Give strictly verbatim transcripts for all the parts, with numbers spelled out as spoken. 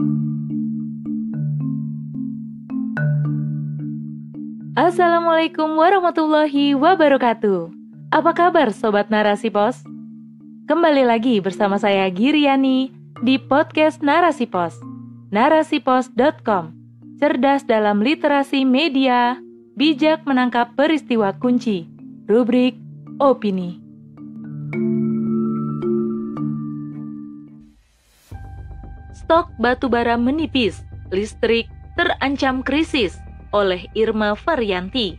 Assalamualaikum warahmatullahi wabarakatuh. Apa kabar Sobat Narasi Pos? Kembali lagi bersama saya Giriani di podcast Narasi Pos, narasipos dot com. Cerdas dalam literasi media, bijak menangkap peristiwa kunci. Rubrik Opini. Stok batubara menipis, listrik terancam krisis oleh Irma Varianti.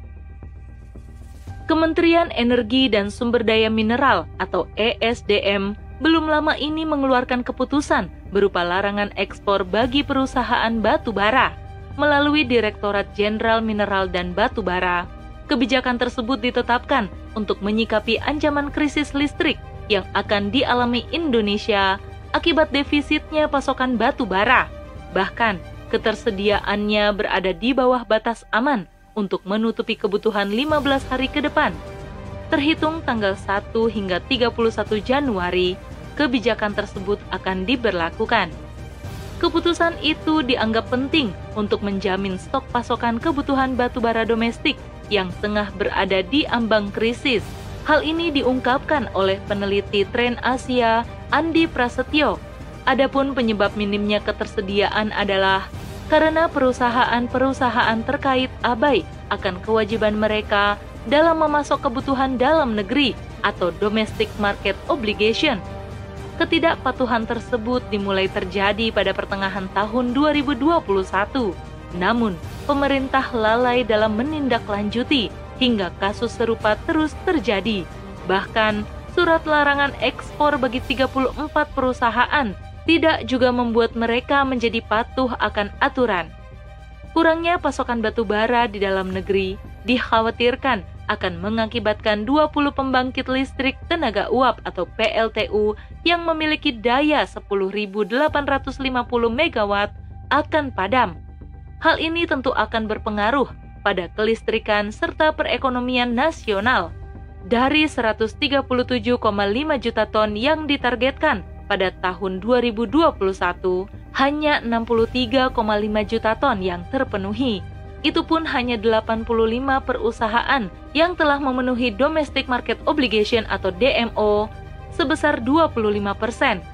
Kementerian Energi dan Sumber Daya Mineral atau E S D M belum lama ini mengeluarkan keputusan berupa larangan ekspor bagi perusahaan batubara melalui Direktorat Jenderal Mineral dan Batubara. Kebijakan tersebut ditetapkan untuk menyikapi ancaman krisis listrik yang akan dialami Indonesia akibat defisitnya pasokan batubara. Bahkan, ketersediaannya berada di bawah batas aman untuk menutupi kebutuhan lima belas hari ke depan. Terhitung tanggal satu hingga tiga puluh satu Januari, kebijakan tersebut akan diberlakukan. Keputusan itu dianggap penting untuk menjamin stok pasokan kebutuhan batubara domestik yang tengah berada di ambang krisis. Hal ini diungkapkan oleh peneliti Tren Asia, Andi Prasetyo. Adapun penyebab minimnya ketersediaan adalah karena perusahaan-perusahaan terkait abai akan kewajiban mereka dalam memasok kebutuhan dalam negeri atau domestic market obligation. Ketidakpatuhan tersebut dimulai terjadi pada pertengahan tahun dua ribu dua puluh satu. Namun, pemerintah lalai dalam menindaklanjuti hingga kasus serupa terus terjadi. Bahkan, surat larangan ekspor bagi tiga puluh empat perusahaan tidak juga membuat mereka menjadi patuh akan aturan. Kurangnya pasokan batu bara di dalam negeri dikhawatirkan akan mengakibatkan dua puluh pembangkit listrik tenaga uap atau P L T U yang memiliki daya sepuluh ribu delapan ratus lima puluh megawatt akan padam. Hal ini tentu akan berpengaruh pada kelistrikan serta perekonomian nasional. Dari seratus tiga puluh tujuh koma lima juta ton yang ditargetkan pada tahun dua ribu dua puluh satu, hanya enam puluh tiga koma lima juta ton yang terpenuhi. Itu pun hanya delapan puluh lima perusahaan yang telah memenuhi Domestic Market Obligation atau D M O sebesar dua puluh lima persen.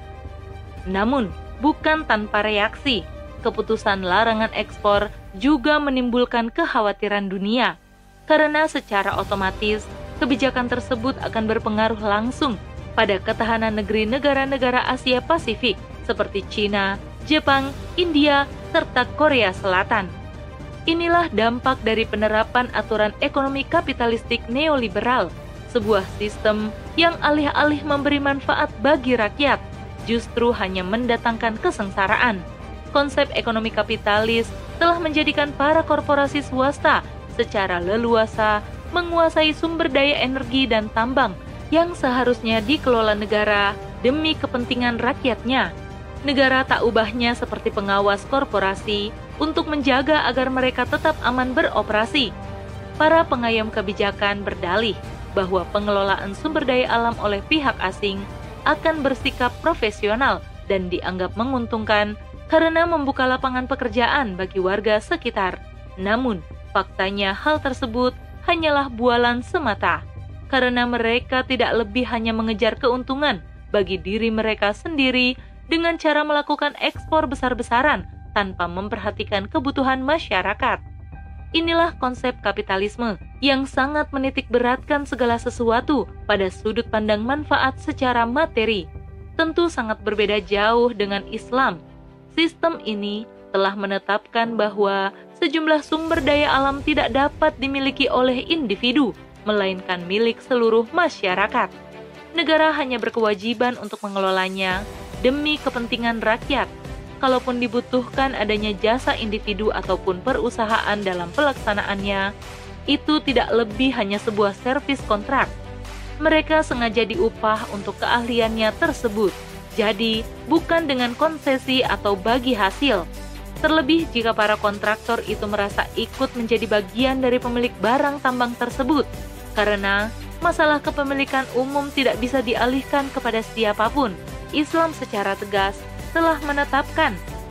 Namun, bukan tanpa reaksi, keputusan larangan ekspor juga menimbulkan kekhawatiran dunia, karena secara otomatis kebijakan tersebut akan berpengaruh langsung pada ketahanan negeri negara-negara Asia Pasifik seperti China, Jepang, India, serta Korea Selatan. Inilah dampak dari penerapan aturan ekonomi kapitalistik neoliberal, sebuah sistem yang alih-alih memberi manfaat bagi rakyat, justru hanya mendatangkan kesengsaraan. Konsep ekonomi kapitalis telah menjadikan para korporasi swasta secara leluasa menguasai sumber daya energi dan tambang yang seharusnya dikelola negara demi kepentingan rakyatnya. Negara tak ubahnya seperti pengawas korporasi untuk menjaga agar mereka tetap aman beroperasi. Para pengayom kebijakan berdalih bahwa pengelolaan sumber daya alam oleh pihak asing akan bersikap profesional dan dianggap menguntungkan karena membuka lapangan pekerjaan bagi warga sekitar. Namun, faktanya hal tersebut hanyalah bualan semata, karena mereka tidak lebih hanya mengejar keuntungan bagi diri mereka sendiri dengan cara melakukan ekspor besar-besaran tanpa memperhatikan kebutuhan masyarakat. Inilah konsep kapitalisme yang sangat menitik beratkan segala sesuatu pada sudut pandang manfaat secara materi. Tentu sangat berbeda jauh dengan Islam. Sistem ini telah menetapkan bahwa sejumlah sumber daya alam tidak dapat dimiliki oleh individu, melainkan milik seluruh masyarakat. Negara hanya berkewajiban untuk mengelolanya demi kepentingan rakyat. Kalaupun dibutuhkan adanya jasa individu ataupun perusahaan dalam pelaksanaannya, itu tidak lebih hanya sebuah servis kontrak. Mereka sengaja diupah untuk keahliannya tersebut, jadi bukan dengan konsesi atau bagi hasil. Terlebih jika para kontraktor itu merasa ikut menjadi bagian dari pemilik barang tambang tersebut, karena masalah kepemilikan umum tidak bisa dialihkan kepada siapapun. Islam secara tegas telah menetapkan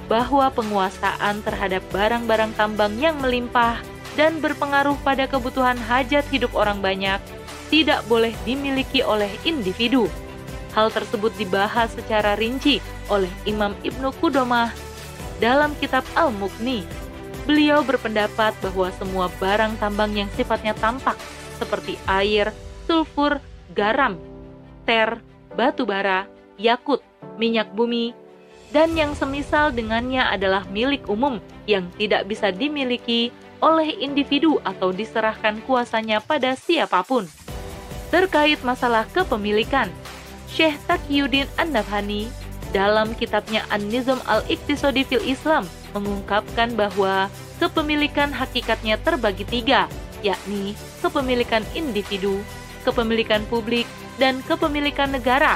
bahwa penguasaan terhadap barang-barang tambang yang melimpah dan berpengaruh pada kebutuhan hajat hidup orang banyak tidak boleh dimiliki oleh individu. Hal tersebut dibahas secara rinci oleh Imam Ibnu Qudamah dalam kitab Al-Mughni. Beliau berpendapat bahwa semua barang tambang yang sifatnya tampak seperti air, sulfur, garam, ter, batu bara, yakut, minyak bumi, dan yang semisal dengannya adalah milik umum yang tidak bisa dimiliki oleh individu atau diserahkan kuasanya pada siapapun. Terkait masalah kepemilikan, Syekh Taqiyuddin An-Nabhani dalam kitabnya An-Nizam Al-Iqtisadi fil Islam mengungkapkan bahwa kepemilikan hakikatnya terbagi tiga, yakni kepemilikan individu, kepemilikan publik, dan kepemilikan negara.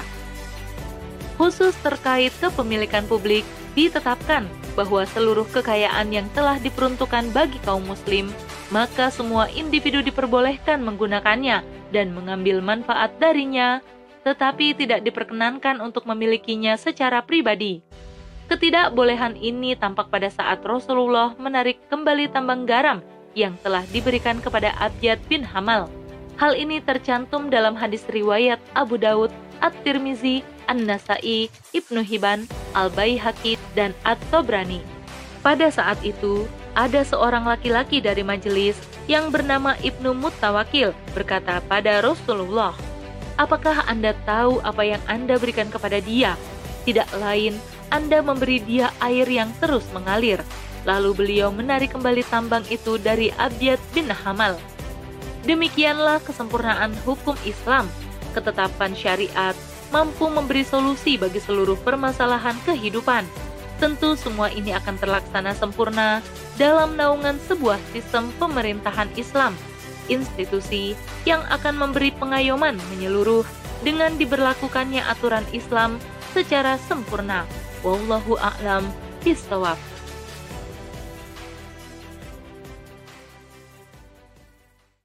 Khusus terkait kepemilikan publik, ditetapkan bahwa seluruh kekayaan yang telah diperuntukkan bagi kaum muslim, maka semua individu diperbolehkan menggunakannya dan mengambil manfaat darinya, tetapi tidak diperkenankan untuk memilikinya secara pribadi. Ketidakbolehan ini tampak pada saat Rasulullah menarik kembali tambang garam yang telah diberikan kepada Abyad bin Hamal. Hal ini tercantum dalam hadis riwayat Abu Daud, At-Tirmizi, An-Nasai, Ibnu Hibban, Al-Baihaqi, dan At-Tabrani. Pada saat itu, ada seorang laki-laki dari majelis yang bernama Ibnu Muttawakil berkata pada Rasulullah, "Apakah Anda tahu apa yang Anda berikan kepada dia? Tidak lain, Anda memberi dia air yang terus mengalir." Lalu beliau menarik kembali tambang itu dari Abyad bin Hamal. Demikianlah kesempurnaan hukum Islam. Ketetapan syariat mampu memberi solusi bagi seluruh permasalahan kehidupan. Tentu semua ini akan terlaksana sempurna dalam naungan sebuah sistem pemerintahan Islam, institusi yang akan memberi pengayoman menyeluruh dengan diberlakukannya aturan Islam secara sempurna. Wallahu a'lam bishawab.